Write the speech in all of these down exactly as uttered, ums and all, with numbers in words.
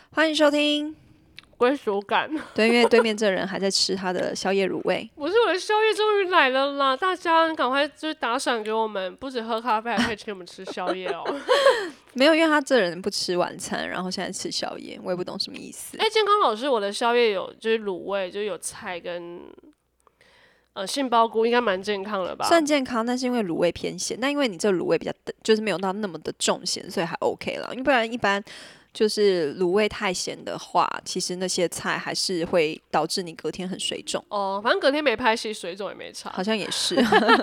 欢迎收听。 归属感。 对，因为对面这人还在吃他的宵夜卤味。 不是，我的宵夜终于来了啦！大家赶快就是打赏给我们，不止喝咖啡，还可以请我们吃宵夜哦。 没有，因为他这人不吃晚餐，然后现在吃宵夜，我也不懂什么意思。 哎、健康老师，我的宵夜有就是卤味，就是有菜跟呃杏鲍菇，应该蛮健康了吧？ 算健康，但是因为卤味偏咸，但因为你这个卤味比较就是没有到那么的重咸，所以还 OK 了。因为不然一般就是卤味太咸的话，其实那些菜还是会导致你隔天很水肿。 哦，反正隔天没拍戏，水肿也没差。 好像也是。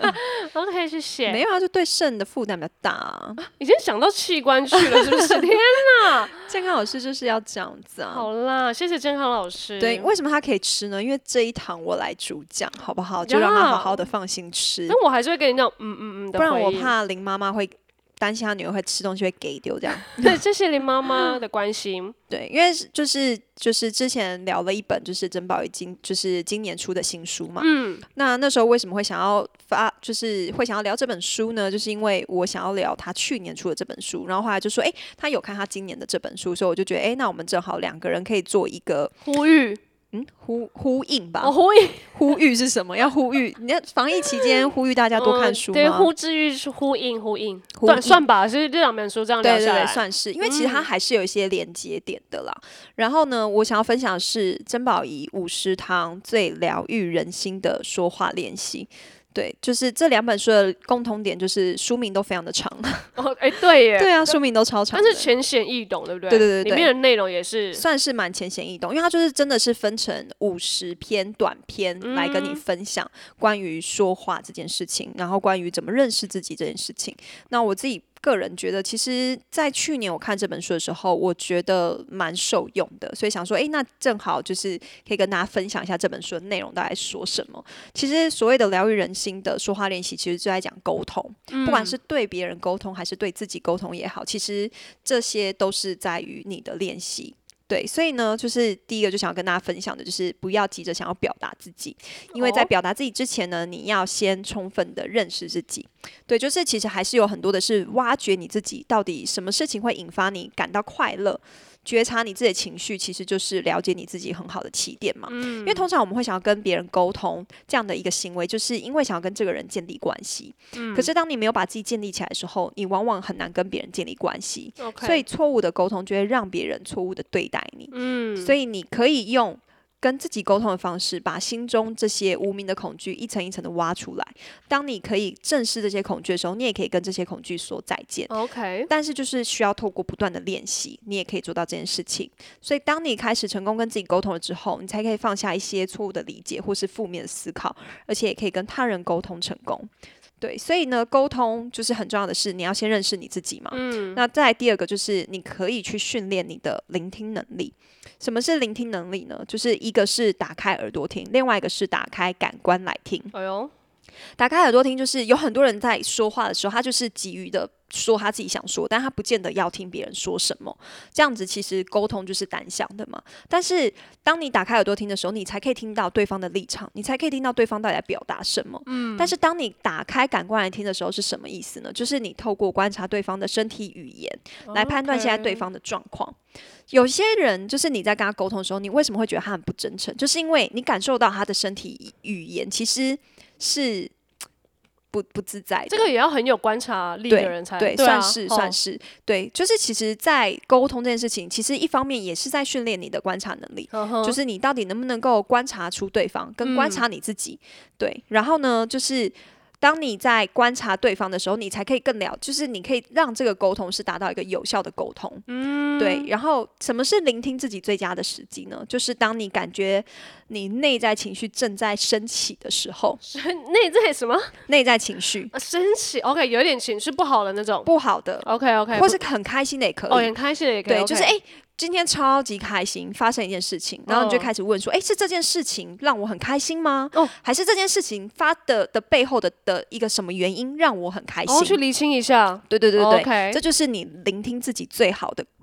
OK，谢谢。 没有啊，就对肾的负担比较大啊。 已经想到器官去了，是不是？天哪！ 健康老师就是要这样子啊。 好啦，谢谢健康老师。 对，为什么他可以吃呢？因为这一堂我来主讲，好不好？就让他好好的放心吃。 但我还是会跟你讲，嗯嗯嗯的回应， 不然我怕林妈妈会担心她女儿会吃东西会给丢这样。 对，谢谢林妈妈的关心。 对，因为就是就是之前聊了一本就是珍宝已经就是今年出的新书嘛。嗯。那那时候为什么会想要发就是会想要聊这本书呢？就是因为我想要聊他去年出的这本书，然后后来就说，哎、欸，他有看他今年的这本书，所以我就觉得，哎、欸，那我们正好两个人可以做一个呼吁。 嗯，呼呼应吧。 哦，呼吁， 呼吁是什么？要呼吁？你要防疫期间呼吁大家多看书吗？ 对，呼之欲是呼应，呼应，算算吧，是这两本书这样聊下来， 对对对，算是，因为其实它还是有一些连接点的啦。嗯、然后呢，我想要分享的是珍宝仪五十堂最疗愈人心的说话练习。对，就是这两本书的共同点，就是书名都非常的长。 哦，哎、欸，对耶， 对啊，书名都超长， 但是浅显易懂，对不对？ 对对对对， 里面的内容也是算是蛮浅显易懂，因为它就是真的是分成五十篇短篇来跟你分享关于说话这件事情，然后关于怎么认识自己这件事情。那我自己个人觉得，其实，在去年我看这本书的时候，我觉得蛮受用的，所以想说，哎，那正好就是可以跟大家分享一下这本书的内容大概说什么。其实所谓的疗愈人心的说话练习，其实就在讲沟通，嗯、不管是对别人沟通还是对自己沟通也好，其实这些都是在于你的练习。对，所以呢，就是第一个就想要跟大家分享的，就是不要急着想要表达自己，因为在表达自己之前呢，你要先充分的认识自己。对，就是其实还是有很多的是挖掘你自己到底什么事情会引发你感到快乐。觉察你自己的情绪，其实就是了解你自己很好的起点嘛。嗯、因为通常我们会想要跟别人沟通这样的一个行为，就是因为想要跟这个人建立关系。嗯、可是当你没有把自己建立起来的时候，你往往很难跟别人建立关系。 Okay. 所以错误的沟通就会让别人错误的对待你。嗯、所以你可以用跟自己沟通的方式，把心中这些无名的恐惧一层一层的挖出来。当你可以正视这些恐惧的时候，你也可以跟这些恐惧说再见。 OK， 但是就是需要透过不断的练习，你也可以做到这件事情。所以当你开始成功跟自己沟通了之后，你才可以放下一些错误的理解或是负面的思考，而且也可以跟他人沟通成功。对，所以呢，沟通就是很重要的是，你要先认识你自己嘛。嗯。那再来第二个就是，你可以去训练你的聆听能力。什么是聆听能力呢？就是一个是打开耳朵听，另外一个是打开感官来听。 哎呦， 打开耳朵听，就是有很多人在说话的时候，他就是急于的说他自己想说，但他不见得要听别人说什么。这样子其实沟通就是单向的嘛。但是当你打开耳朵听的时候，你才可以听到对方的立场，你才可以听到对方到底在表达什么。嗯。但是当你打开感官来听的时候，是什么意思呢？就是你透过观察对方的身体语言，来判断现在对方的状况。Okay. 有些人就是你在跟他沟通的时候，你为什么会觉得他很不真诚？就是因为你感受到他的身体语言其实是不不自在的。 这个也要很有观察力的人才对， 对算是、 啊、 算是、哦、对，就是其实，在沟通这件事情，其实一方面也是在训练你的观察能力， 嗯、 就是你到底能不能够观察出对方，跟观察你自己。嗯、对，然后呢，就是当你在观察对方的时候，你才可以更了，就是你可以让这个沟通是达到一个有效的沟通。嗯，对。然后什么是聆听自己最佳的时机呢？就是当你感觉你内在情绪正在升起的时候。 内在什么？ 内在情绪、 啊、升起 ，OK， 有点情绪不好的那种， 不好的 ，OK OK， 或是很开心的也可以， 哦，很开心的也可以， 对， okay. 就是哎。欸今天超级开心，发生一件事情，然后你就开始问说：“哎、欸，是这件事情让我很开心吗？哦，还是这件事情发的的背后的的一个什么原因让我很开心？” 哦，去厘清一下。 对对对对对， okay. 这就是你聆听自己最好的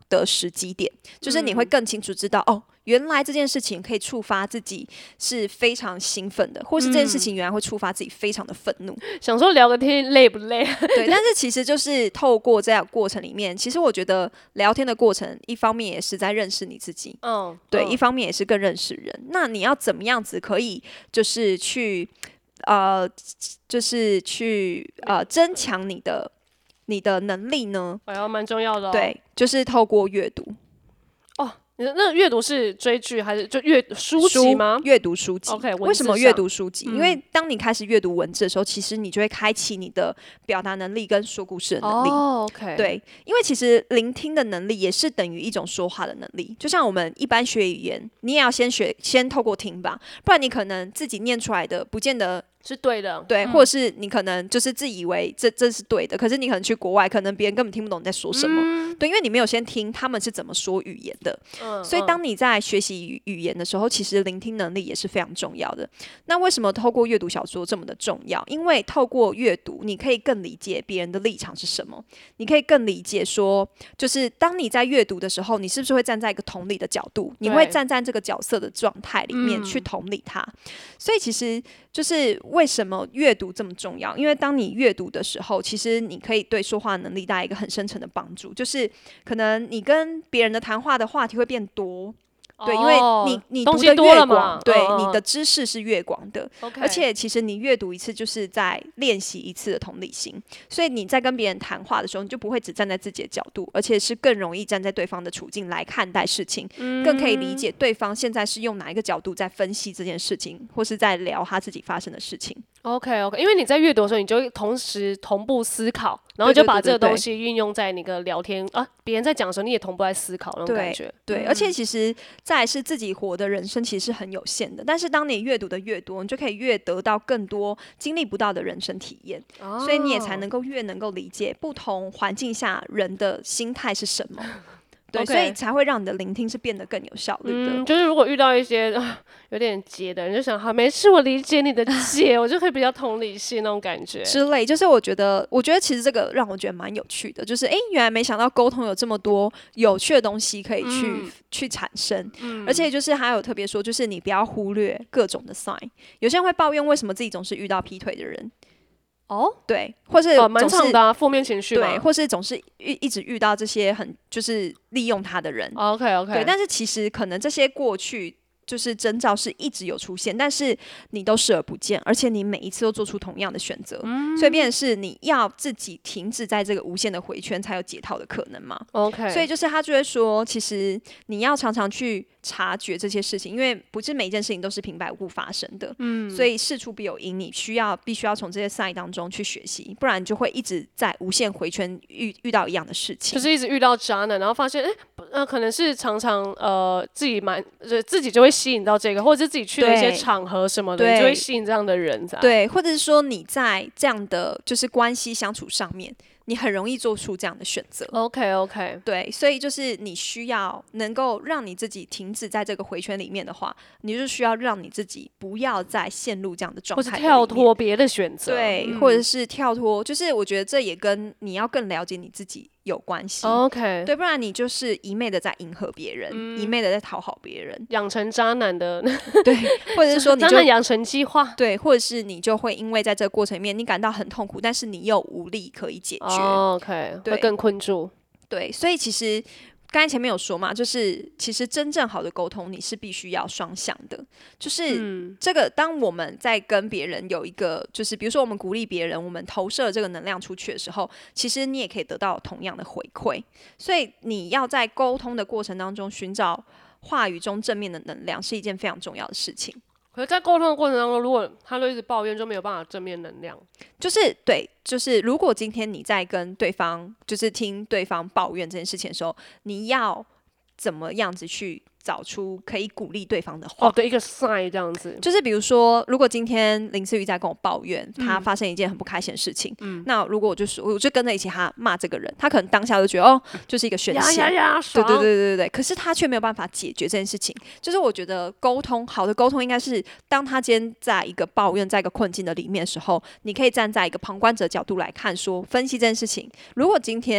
的时机点，就是你会更清楚知道、嗯、哦，原来这件事情可以触发自己是非常兴奋的，或是这件事情原来会触发自己非常的愤怒。 想说聊个天累不累？ 对，但是其实就是透过这样过程里面，其实我觉得聊天的过程，一方面也是在认识你自己， 嗯， 对， 嗯一方面也是更认识人。那你要怎么样子可以就是去呃，就是去呃增强你的你的能力呢？ 哎呦，蛮重要的哦。 对，就是透过阅读。 哦，你的那阅读是追剧还是就阅书籍吗？ 阅读书籍。 OK， 为什么阅读书嗯籍？因为当你开始阅读文字的时候，其实你就会开启你的表达能力跟说故事的能力。 哦，OK， 对，因为其实聆听的能力也是等于一种说话的能力。就像我们一般学语言，你也要先学，先透过听吧，不然你可能自己念出来的不见得是对的， 对， 嗯或者是你可能就是自以为这这是对的，可是你可能去国外，可能别人根本听不懂你在说什么。 嗯、 对，因为你没有先听他们是怎么说语言的。 嗯、 所以当你在学习语语言的时候，其实聆听能力也是非常重要的。那为什么透过阅读小说这么的重要？因为透过阅读，你可以更理解别人的立场是什么，你可以更理解说，就是当你在阅读的时候，你是不是会站在一个同理的角度，你会站在这个角色的状态里面去同理他。嗯、所以其实就是为什么阅读这么重要？因为当你阅读的时候，其实你可以对说话能力带来一个很深层的帮助，就是可能你跟别人的谈话的话题会变多。对，因为你你读的越广，对、嗯、你的知识是越广的， okay. 而且其实你阅读一次就是在练习一次的同理心，所以你在跟别人谈话的时候，你就不会只站在自己的角度，而且是更容易站在对方的处境来看待事情，嗯、更可以理解对方现在是用哪一个角度在分析这件事情，或是在聊他自己发生的事情。 OK OK， 因为你在阅读的时候，你就会同时同步思考，然后就把这个东西运用在你的聊天啊，别人在讲的时候，你也同步在思考那种感觉。 对，对嗯、而且其实再来是自己活的人生其实是很有限的，但是当你阅读的越多，你就可以越得到更多经历不到的人生体验，哦、所以你也才能够越能够理解不同环境下人的心态是什么。对，okay. 所以才会让你的聆听是变得更有效率的。 嗯，就是如果遇到一些、呃、有点结的人，就想好没事，我理解你的结，我就可以比较同理心那种感觉之类。就是我觉得，我觉得其实这个让我觉得蛮有趣的，就是哎，原来没想到沟通有这么多有趣的东西可以去、嗯、去产生、嗯，而且就是还有特别说，就是你不要忽略各种的 sign。有些人会抱怨为什么自己总是遇到劈腿的人。 哦， 对，或是蛮常的负面情绪， 对，或是总是一一直遇到这些很就是利用他的人。 Oh, OK OK， 对，但是其实可能这些过去就是征兆是一直有出现，但是你都视而不见，而且你每一次都做出同样的选择，嗯、所以变成是你要自己停止在这个无限的回圈，才有解套的可能嘛。 OK， 所以就是他就会说，其实你要常常去察觉这些事情，因为不是每一件事情都是平白无故发生的，嗯，所以事出必有因，你需要必须要从这些 sign 当中去学习，不然你就会一直在无限回圈遇遇到一样的事情， 就是一直遇到渣男，然后发现，哎、欸，呃，可能是常常呃自己蛮，就自己就会吸引到这个，或者是自己去的一些场合什么的，你就会吸引这样的人， 对，或者是说你在这样的就是关系相处上面。你很容易做出这样的选择。 OK OK， 对，所以就是你需要能够让你自己停止在这个回圈里面的话，你就需要让你自己不要再陷入这样的状态， 或是跳脱别的选择， 对、嗯，或者是跳脱，就是我觉得这也跟你要更了解你自己有关系。 OK， 对，不然你就是一昧的在迎合别人，嗯、一昧的在讨好别人， 养成渣男的对，或者是说你就渣男养成计划， 对，或者是你就会因为在这个过程里面你感到很痛苦，但是你又无力可以解决。 Oh, OK， 会更困住。 对，所以其实刚才前面有说嘛，就是其实真正好的沟通，你是必须要双向的。就是这个，当我们在跟别人有一个，就是比如说我们鼓励别人，我们投射这个能量出去的时候，其实你也可以得到同样的回馈。所以你要在沟通的过程当中寻找话语中正面的能量，是一件非常重要的事情。 可是，在沟通的过程当中，如果他都一直抱怨，就没有办法正面能量。 就是对，就是如果今天你在跟对方，就是听对方抱怨这件事情的时候，你要怎么样子去找出可以鼓励对方的话？ 哦，对，一个 sign 这样子。 就是比如说，如果今天林思雨在跟我抱怨，嗯、他发生一件很不开心的事情，嗯、那如果我就说，我就跟着一起他骂这个人，他可能当下就觉得哦，就是一个宣泄， 呀呀呀， 对对对对对。可是他却没有办法解决这件事情。就是我觉得沟通好的沟通应该是，当他今天在一个抱怨、在一个困境的里面的时候，你可以站在一个旁观者角度来看说，分析这件事情。如果今天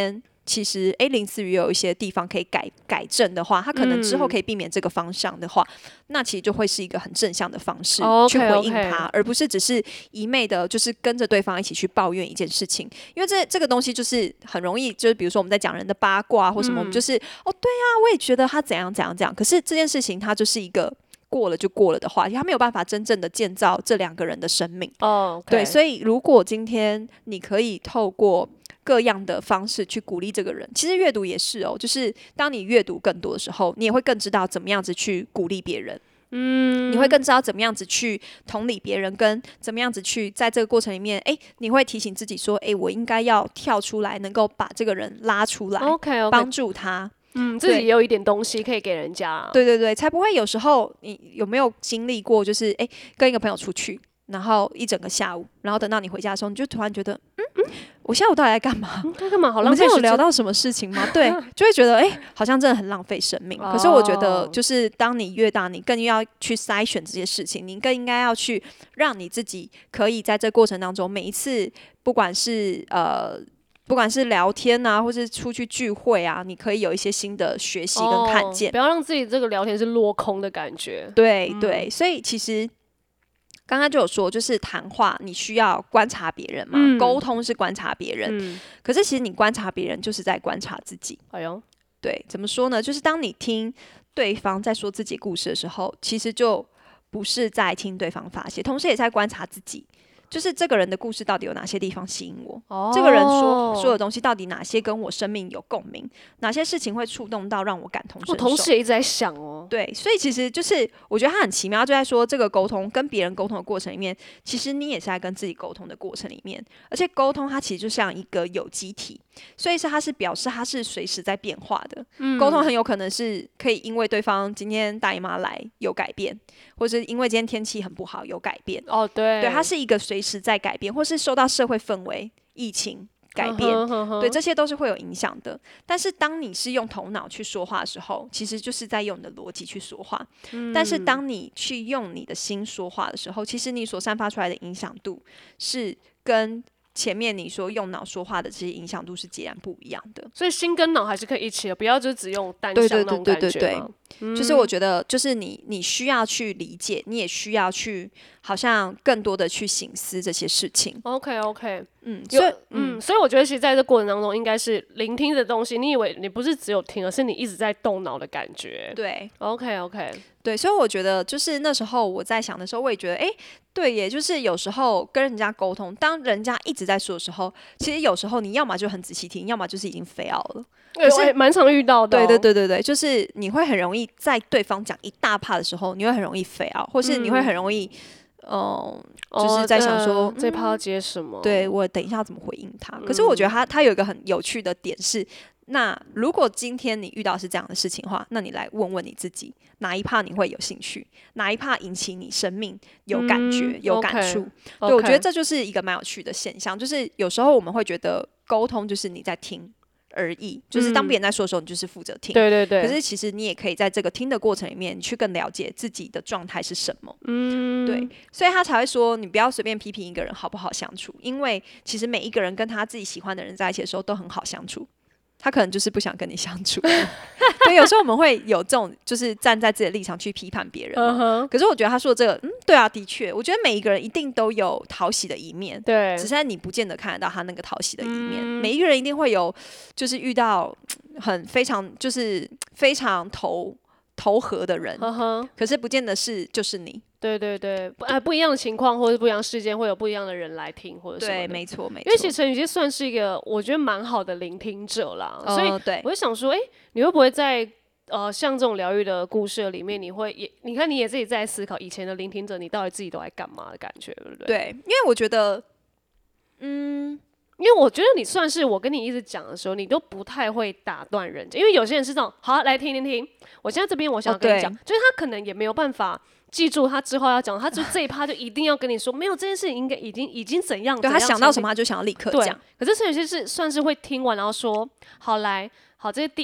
其实哎，林思雨有一些地方可以改改正的话，他可能之后可以避免这个方向的话，嗯、那其实就会是一个很正向的方式去回应他， oh, okay, okay. 而不是只是一昧的，就是跟着对方一起去抱怨一件事情。因为这这个东西就是很容易，就是比如说我们在讲人的八卦或什么，嗯、我们就是哦，对啊，我也觉得他怎样怎样怎样。可是这件事情它就是一个过了就过了的话题，他没有办法真正的建造这两个人的生命。 哦、oh, okay. 对，所以如果今天你可以透过各样的方式去鼓励这个人，其实阅读也是哦，就是当你阅读更多的时候，你也会更知道怎么样子去鼓励别人。嗯，你会更知道怎么样子去同理别人，跟怎么样子去在这个过程里面，哎，你会提醒自己说，哎，我应该要跳出来，能够把这个人拉出来， okay, okay. 帮助他。 嗯，自己也有一点东西可以给人家、啊。 对对对，才不会有时候你有没有经历过，就是哎，跟一个朋友出去，然后一整个下午，然后等到你回家的时候，你就突然觉得，嗯嗯，我下午到底在干嘛？ 在、嗯、干嘛？好浪费时间。 我们今天有聊到什么事情吗？对，就会觉得哎、欸，好像真的很浪费生命。可是我觉得，就是当你越大，你更要去筛选这些事情，你更应该要去让你自己可以在这过程当中，每一次不管是呃。不管是聊天啊，或是出去聚会啊，你可以有一些新的学习跟看见、哦， 不要让自己这个聊天是落空的感觉。 对、嗯、对，所以其实刚刚就有说，就是谈话你需要观察别人嘛，沟、嗯、通是观察别人、嗯，可是其实你观察别人就是在观察自己。 哎呦， 对，怎么说呢？就是当你听对方在说自己故事的时候，其实就不是在听对方发泄，同时也在观察自己。就是这个人的故事到底有哪些地方吸引我？哦、这个人说说的东西到底哪些跟我生命有共鸣？哪些事情会触动到让我感同身受？ 我同时也一直在想哦。 对，所以其实就是我觉得他很奇妙，就在说这个沟通跟别人沟通的过程里面，其实你也是在跟自己沟通的过程里面，而且沟通它其实就像一个有机体，所以是它是表示它是随时在变化的。嗯、沟通很有可能是可以因为对方今天大姨妈来有改变，或者是因为今天天气很不好有改变。 哦，对， 对，它是一个随时在改变，或是受到社会氛围、疫情改变， uh-huh, uh-huh. 对，这些都是会有影响的。但是当你是用头脑去说话的时候，其实就是在用你的逻辑去说话、嗯、但是当你去用你的心说话的时候，其实你所散发出来的影响度是跟前面你说用脑说话的这些影响度是截然不一样的。 所以心跟脑还是可以一起的，不要就只用单向那种感觉嘛。对对对对对、 嗯、就是我觉得就是你你需要去理解，你也需要去好像更多的去省思这些事情。 OK OK， 嗯，所以嗯，所以我觉得其实在这过程当中应该是聆听的东西，你以为你不是只有听，而是你一直在动脑的感觉。 对 OK OK， 对，所以我觉得就是那时候我在想的时候，我也觉得哎，对耶，就是有时候跟人家沟通，当人家一直在说的时候，其实有时候你要么就很仔细听，要么就是已经 fail 了。 可是蛮常遇到的、哦。 对对对对对，就是你会很容易在对方讲一大趴的时候，你会很容易 fail， 或是你会很容易嗯，嗯，就是在想说、 哦呃、这趴要接什么？ 对，我等一下要怎么回应他、嗯、可是我觉得他他有一个很有趣的点是，那如果今天你遇到是这样的事情的话，那你来问问你自己，哪一趴你会有兴趣，哪一趴引起你生命有感觉、嗯、有感触、okay, 对、okay. 我觉得这就是一个蛮有趣的现象，就是有时候我们会觉得沟通就是你在听而已，就是当别人在说的时候，你就是负责听。 对对对。 可是其实你也可以在这个听的过程里面，去更了解自己的状态是什么。嗯，对，所以他才会说，你不要随便批评一个人好不好相处，因为其实每一个人跟他自己喜欢的人在一起的时候都很好相处。他可能就是不想跟你相处。对，有时候我们会有这种就是站在自己的立场去批判别人嘛、uh-huh. 可是我觉得他说的这个嗯，对啊，的确我觉得每一个人一定都有讨喜的一面，对，只是你不见得看得到他那个讨喜的一面、嗯、每一个人一定会有就是遇到很非常就是非常投投合的人、uh-huh. 可是不见得是就是你。 对对对，不、呃、不一样的情况或者不一样的事件，会有不一样的人来听或者什么的。 对，没错没错。 因为其实陈雨洁算是一个我觉得蛮好的聆听者啦， 哦、 所以我就想说，哎，你会不会在呃像这种疗愈的故事里面，你会也你看你也自己在思考以前的聆听者，你到底自己都在干嘛的感觉，对不对？ 对，因为我觉得，嗯。 因为我觉得你算是我跟你一直讲的时候，你都不太会打断人家，因为有些人是这种，好，来听听听，我现在这边我想要跟你讲、哦，就是他可能也没有办法记住他之后要讲，他就这一趴就一定要跟你说，没有这件事情应该已经已经怎样， 对，他想到什么他就想要立刻讲。 可是陈雨洁是算是会听完然后说，好来。好，这是第一，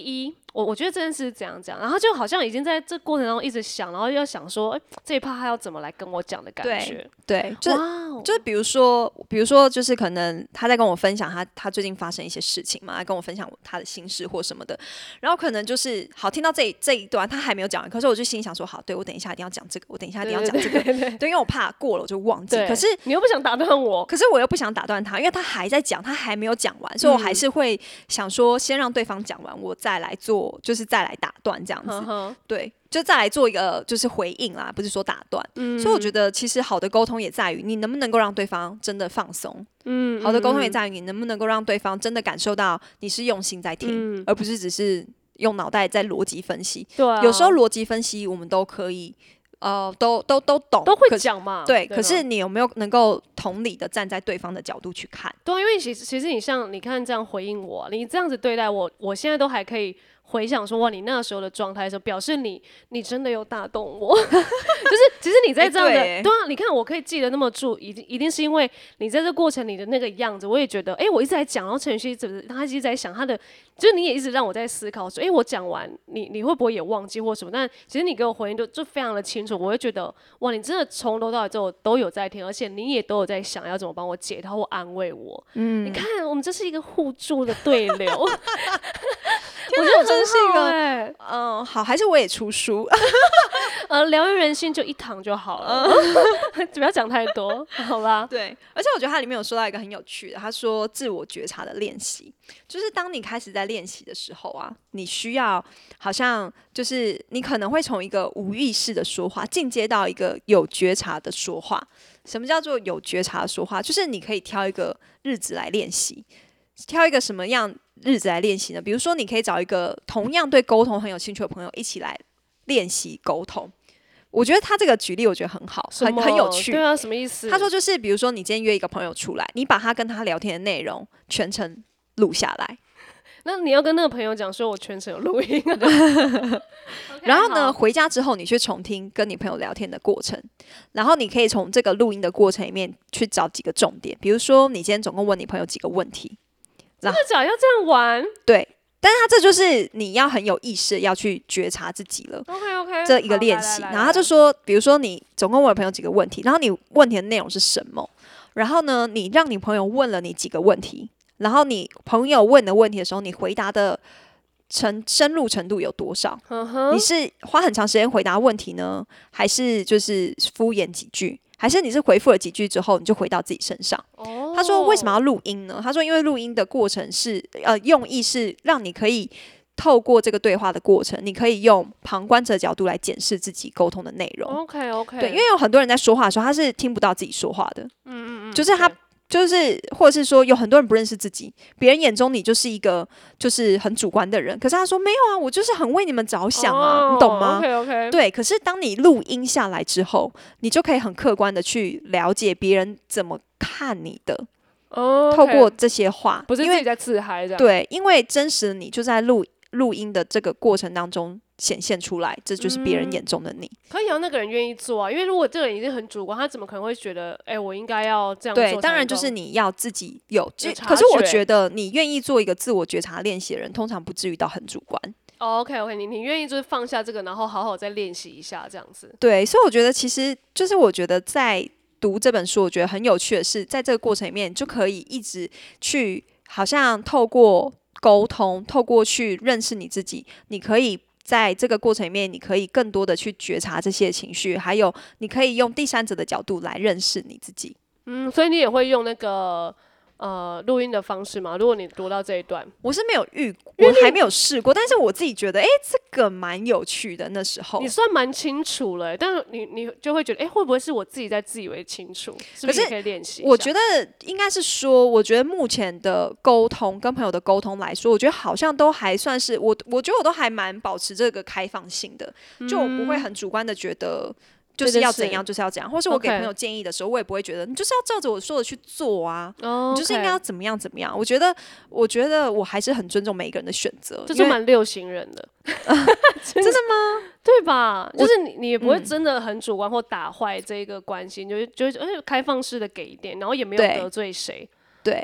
我我觉得这件事是怎样讲，然后就好像已经在这过程当中一直想，然后要想说，哎、这一趴他要怎么来跟我讲的感觉。 对，就哇、哦， 就是比如说，比如说，就是可能他在跟我分享他他最近发生一些事情嘛，来跟我分享他的心事或什么的，然后可能就是好听到这一这一段他还没有讲完，可是我就心里想说，好，对我等一下一定要讲这个，我等一下一定要讲这个，对，对，因为我怕过了我就忘记。可是你又不想打断我， 可是我又不想打断他，因为他还在讲，他还没有讲完，所以我还是会想说，先让对方讲完，我再来做，就是再来打断这样子。呵呵对，就再来做一个就是回应啦，不是说打断。嗯、所以我觉得其实好的沟通也在于你能不能够让对方真的放松。嗯，好的沟通也在于你能不能够让对方真的感受到你是用心在听，嗯、而不是只是用脑袋在逻辑分析。 对、啊， 有时候逻辑分析我们都可以。呃，都都都懂， 都会讲嘛。 对，可是你有没有能够同理的站在对方的角度去看？ 对、啊，因为其实其实你像你看这样回应我、啊，你这样子对待我，我现在都还可以回想说，哇，你那个时候的状态的时候，表示你你真的有打动我。就是其实你在这样的、欸、对, 对啊，你看我可以记得那么住，一定一定是因为你在这过程里的那个样子，我也觉得，哎、欸，我一直在讲，然后陈宇希他一直在想他的，就是你也一直让我在思考说，哎、欸，我讲完，你你会不会也忘记或什么？但其实你给我回应就就非常的清楚，我会觉得，哇，你真的从头到尾都有都有在听，而且你也都有在想要怎么帮我解套或安慰我。嗯，你看我们这是一个互助的对流。我觉得真是一个，嗯、 呃，好，还是我也出书， 呃，疗愈人心就一堂就好了，不要讲太多，好吧？ 对，而且我觉得它里面有说到一个很有趣的，他说自我觉察的练习，就是当你开始在练习的时候啊，你需要好像就是你可能会从一个无意识的说话进阶到一个有觉察的说话。什么叫做有觉察的说话？就是你可以挑一个日子来练习。挑一个什么样日子来练习呢？比如说，你可以找一个同样对沟通很有兴趣的朋友一起来练习沟通。我觉得他这个举例我觉得很好，很很有趣。 对啊，什么意思？ 他说就是，比如说你今天约一个朋友出来，你把他跟他聊天的内容全程录下来。 那你要跟那个朋友讲说，我全程有录音、啊。 然后呢，回家之后你去重听跟你朋友聊天的过程，然后你可以从这个录音的过程里面去找几个重点，比如说你今天总共问你朋友几个问题。 真的假的？要这样玩？ 对，但是他这就是你要很有意识要去觉察自己了。 OK OK， 这一个练习。然后他就说，比如说你总共问了朋友几个问题，然后你问题的内容是什么？然后呢，你让你朋友问了你几个问题，然后你朋友问的问题的时候，你回答的程深入程度有多少？ uh-huh. 你是花很长时间回答问题呢，还是就是敷衍几句？还是你是回复了几句之后，你就回到自己身上？哦，他说为什么要录音呢？他说因为录音的过程是呃用意是让你可以透过这个对话的过程，你可以用旁观者角度来检视自己沟通的内容。 OK OK， 对，因为有很多人在说话的时候，他是听不到自己说话的。嗯嗯嗯，就是他。就是或者是说有很多人不认识自己，别人眼中你就是一个就是很主观的人，可是他说没有啊，我就是很为你们着想啊， oh, 你懂吗？ OK OK， 对，可是当你录音下来之后，你就可以很客观的去了解别人怎么看你的。 Oh, okay. 透过这些话， 不是自己在自嗨这样。 对，因为真实的你就在录录音的这个过程当中显现出来，这就是别人眼中的你。 嗯、可以让那个人愿意做啊，因为如果这个人已经很主观，他怎么可能会觉得，哎、欸，我应该要这样做？ 对，当然就是你要自己有。可是我觉得你愿意做一个自我觉察练习的人，通常不至于到很主观。 哦、OK OK， 你你愿意就是放下这个，然后好好再练习一下这样子。 对，所以我觉得其实就是我觉得在读这本书，我觉得很有趣的是，在这个过程里面就可以一直去，好像透过沟通，透过去认识你自己，你可以在这个过程里面，你可以更多的去觉察这些情绪，还有你可以用第三者的角度来认识你自己。 嗯，所以你也会用那个呃录音的方式吗？如果你读到这一段， 我是没有遇，我还没有试过，但是我自己觉得，哎、欸，这个蛮有趣的。那时候你算蛮清楚了，但是你你就会觉得，哎、欸，会不会是我自己在自以为清楚？是不是可以练习？ 我觉得应该是说，我觉得目前的沟通跟朋友的沟通来说，我觉得好像都还算是我，我觉得我都还蛮保持这个开放性的，就我不会很主观的觉得。就是要怎样就是要怎样，或是我给朋友建议的时候，我也不会觉得你就是要照着我说的去做啊， oh, okay. 你就是应该要怎么样怎么样。我觉得，我觉得我还是很尊重每一个人的选择， 这是蛮六型人的， 真的吗？ 对吧？就是你，你也不会真的很主观或打坏这个关系，嗯、就是就是开放式的给一点，然后也没有得罪谁。 对。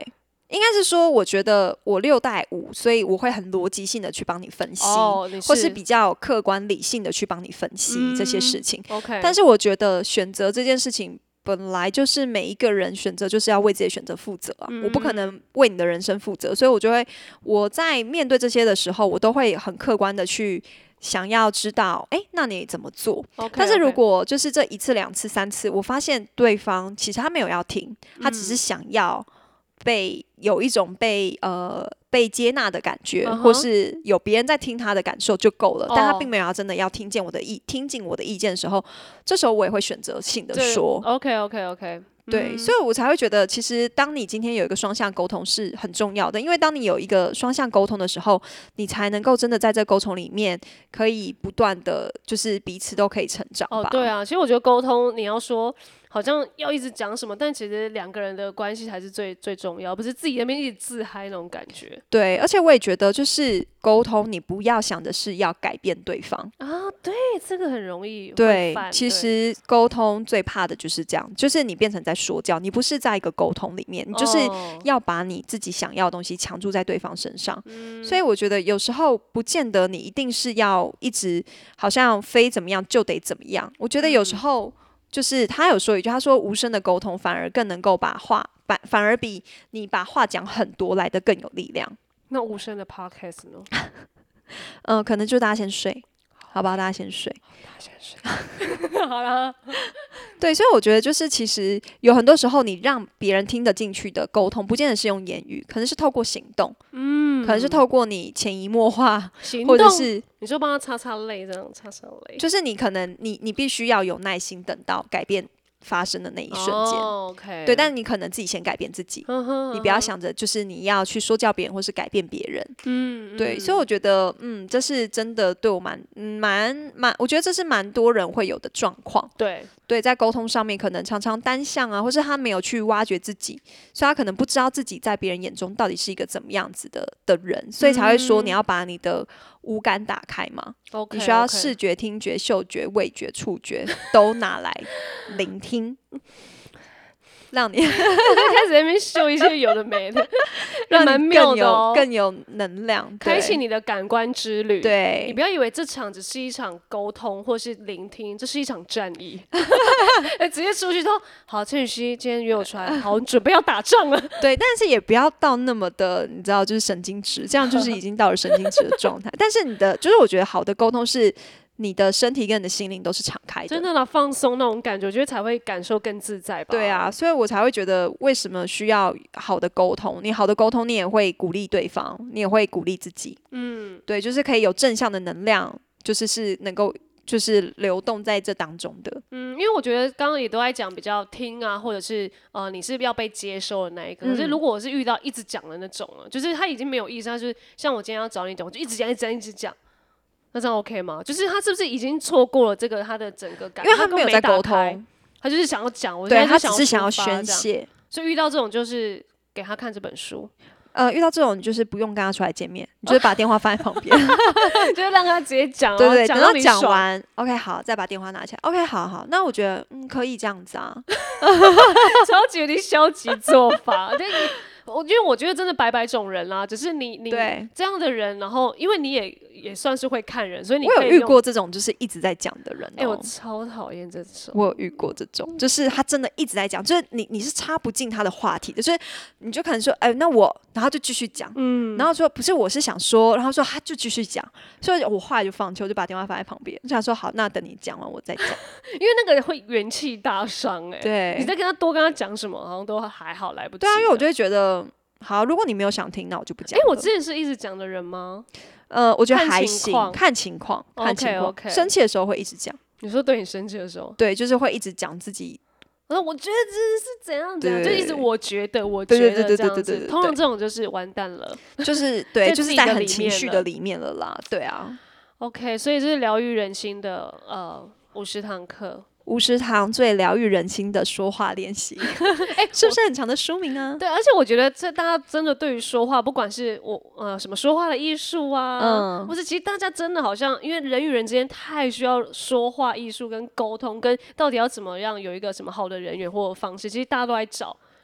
应该是说，我觉得我六带五，所以我会很逻辑性的去帮你分析， 哦，你是或是比较客观理性的去帮你分析这些事情。 OK， 但是我觉得选择这件事情。本来就是每一个人选择就是要为自己的选择负责啊， 嗯我不可能为你的人生负责，所以我就会我在面对这些的时候，我都会很客观的去想要知道，哎、欸，那你怎么做 okay, 但是如 okay. 果就是这一次、两次、三次，我发现对方其实他没有要听，他只是想要被有一种被呃被接纳的感觉， uh-huh. 或是有别人在听他的感受就够了。 哦、 但他并没有要真的要听见我的意，听进我的意见的时候，这时候我也会选择性的说。 OK OK OK。 对、 嗯， 所以我才会觉得，其实当你今天有一个双向沟通是很重要的，因为当你有一个双向沟通的时候，你才能够真的在这沟通里面可以不断的，就是彼此都可以成长吧。 哦，对啊，其实我觉得沟通，你要说好像要一直讲什么，但其实两个人的关系才是最最重要，不是自己那边一直自嗨那种感觉。 对，而且我也觉得，就是沟通，你不要想的是要改变对方啊。对，这个很容易对， 会犯其实沟通最怕的就是这样，就是你变成在说教，你不是在一个沟通里面，你就是要把你自己想要的东西强注在对方身上。嗯、所以我觉得有时候不见得你一定是要一直好像非怎么样就得怎么样。我觉得有时候就是他有说一句，他说无声的沟通反而更能够把话，反反而比你把话讲很多来得更有力量。 那无声的 podcast 呢？ 嗯、呃，可能就大家先睡。好吧，大家先睡。 大家先睡。好了。 对，所以我觉得就是其实有很多时候，你让别人听得进去的沟通，不见得是用言语，可能是透过行动，嗯，可能是透过你潜移默化，或者是你就帮他擦擦泪，这样擦擦泪。 就是你可能你你必须要有耐心，等到改变发生的那一瞬间。 Oh, okay. 对，但你可能自己先改变自己，你不要想着就是你要去说教别人或是改变别人。嗯，对，所以我觉得，嗯，这是真的对我蛮蛮蛮，我觉得这是蛮多人会有的状况。 对。 对，在沟通上面可能常常单向啊，或是他没有去挖掘自己，所以他可能不知道自己在别人眼中到底是一个怎么样子的的人，所以才会说你要把你的五感打开嘛。 Okay, 你需要 okay. 视觉、听觉、嗅觉、味觉、触觉都拿来聆听。让你开始在那边秀一些有的没的， 让你更有、哦、更有能量， 开启你的感官之旅。 对， 你不要以为这场只是一场沟通或是聆听，这是一场战役。直接出去说好，陈雨希今天约我出来，好，准备要打仗了。 对，但是也不要到那么的，你知道，就是神经质，这样就是已经到了神经质的状态。但是你的，就是我觉得好的沟通是。你的身体跟你的心灵都是敞开的， 真的啦，放松那种感觉，我觉得才会感受更自在吧。 对啊，所以我才会觉得为什么需要好的沟通。你好的沟通，你也会鼓励对方，你也会鼓励自己。嗯，对，就是可以有正向的能量，就是是能够就是流动在这当中的。 嗯，因为我觉得刚刚也都在讲比较听啊，或者是呃你是要被接受的那一个。可是如果我是遇到一直讲的那种了，就是他已经没有意思，他就是像我今天要找你讲，我就一直讲，一直讲，一直讲。那这样 OK 吗？就是他是不是已经错过了这个他的整个感， 因为他没有在沟通， 他就是想要讲，我对他只是想要宣泄， 所以遇到这种就是给他看这本书。 呃，遇到这种你就是不用跟他出来见面，你就是把电话放在旁边， 就是让他直接讲， 对对， 等到讲完 ，OK 好，再把电话拿起来 ，OK 好好，那我觉得嗯可以这样子啊， 超级有点消极做法，但我因为我觉得真的百百种人啦，只是你你这样的人，然后因为你也也算是会看人，所以你可以我有遇过这种就是一直在讲的人、哦。 哎、欸，我超讨厌这种。 我有遇过这种，就是他真的一直在讲，就是你你是插不进他的话题的，就是你就可能说，哎、欸，那我，然后就继续讲，嗯，然后说不是，我是想说，然后说他就继续讲，所以我后来就放弃，我就把电话放在旁边，就想说好，那等你讲完我再讲， 因为那个会元气大伤，哎， 对， 你在跟他多跟他讲什么，好像都还好，来不及。 对啊，因为我就会觉得。好，如果你没有想听，那我就不讲。 哎、欸，我之前是一直讲的人吗？ 呃，我觉得还行，看情况，看情况。 Okay, okay. 生气的时候会一直讲。 你说对你生气的时候？ 对，就是会一直讲自己。 我说我觉得这是怎样怎样，就一直我觉得，我觉得这样子。通常这种就是完蛋了， 就是对，就是在很情绪的里面了啦。对啊。 OK， 所以这是疗愈人心的呃五十堂课。 五十堂最疗愈人心的说话练习，哎、欸，是不是很长的书名啊？ 对，而且我觉得这大家真的对于说话，不管是我呃什么说话的艺术啊，嗯，或者其实大家真的好像，因为人与人之间太需要说话艺术跟沟通，跟到底要怎么样有一个什么好的人缘或方式，其实大家都在找。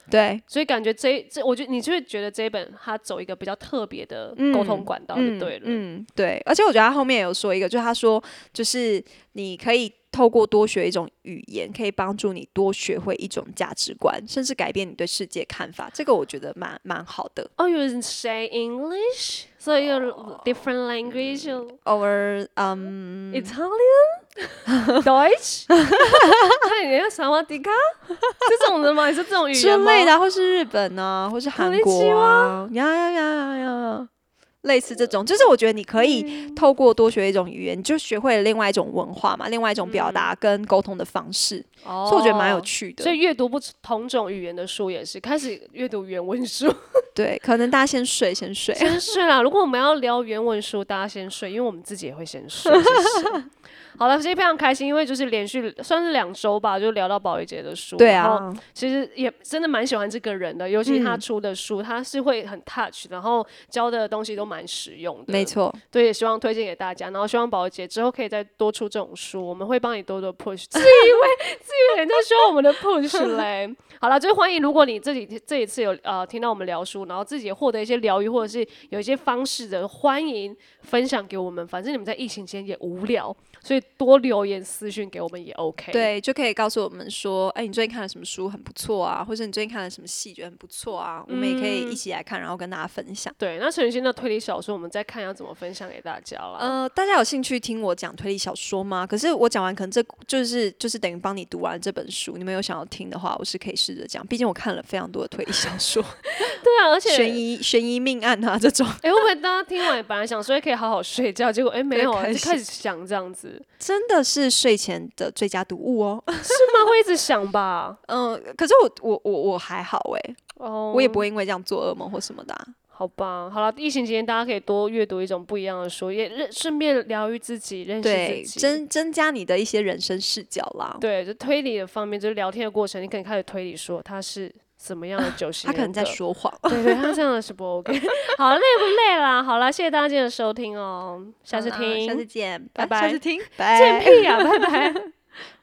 对， 所以感觉这这，我觉得你就会觉得这一本它走一个比较特别的沟通管道就对了。 嗯，嗯对，而且我觉得他后面有说一个，就是他说，就是你可以透过多学一种语言，可以帮助你多学会一种价值观，甚至改变你对世界看法。这个我觉得蛮蛮好的。 Oh, you say English? So you're different language? Or um Italian? Deutsch? 那你要萨瓦迪卡这种的吗？你是这种语言吗？ 之类的，或是日本啊，或是韩国啊，呀呀呀呀呀。类似这种，就是我觉得你可以透过多学一种语言，你就学会了另外一种文化嘛，另外一种表达跟沟通的方式， 哦、 所以我觉得蛮有趣的。 所以阅读不同种语言的书也是开始阅读原文书。 对，可能大家先睡，先睡， 先睡啦。如果我们要聊原文书，大家先睡，因为我们自己也会先睡。谢谢。好了，其实非常开心，因为就是连续算是两周吧，就聊到宝仪姐的书。 对啊， 然后其实也真的蛮喜欢这个人的，尤其他出的书，嗯、他是会很 touch， 然后教的东西都蛮实用的。 没错， 对，也希望推荐给大家，然后希望宝仪姐之后可以再多出这种书，我们会帮你多多 push。自以为自以为人家需要我们的 push 嘞。好了，就是欢迎，如果你自己这一次有呃听到我们聊书，然后自己获得一些疗愈，或者是有一些方式的，欢迎分享给我们。反正你们在疫情期间也无聊，所以多留言私讯给我们也 OK。 对，就可以告诉我们说，哎、欸，你最近看了什么书很不错啊，或者你最近看了什么戏觉得很不错啊，我们也可以一起来看，然后跟大家分享。 对，那陈雨欣的推理小说，我们再看要怎么分享给大家了。 呃，大家有兴趣听我讲推理小说吗？可是我讲完，可能这就是就是等于帮你读完这本书。你们有想要听的话，我是可以试着讲，毕竟我看了非常多的推理小说。 对啊，而且悬疑悬疑命案啊这种。 哎、欸，会不会大家听完本来想说可以好好睡觉，结果哎、欸、没有啊，就开始想这样子。 真的是睡前的最佳读物哦。 是吗？会一直想吧？ 嗯、呃，可是我我我我还好哎、欸，哦、oh, 我也不会因为这样做噩梦或什么的、啊。 好吧，好了，疫情期间大家可以多阅读一种不一样的书，也顺便疗愈自己，认识自己， 增增加你的一些人生视角啦。 对，就推理的方面，就是聊天的过程，你可能开始推理说他是什么样的九型人格， 他可能在说谎。 对对，他这样的是不 OK。好，累不累啦？好了，谢谢大家今天的收听哦，下次听， 下次见， 拜拜。 下次听， 见屁啊，拜拜。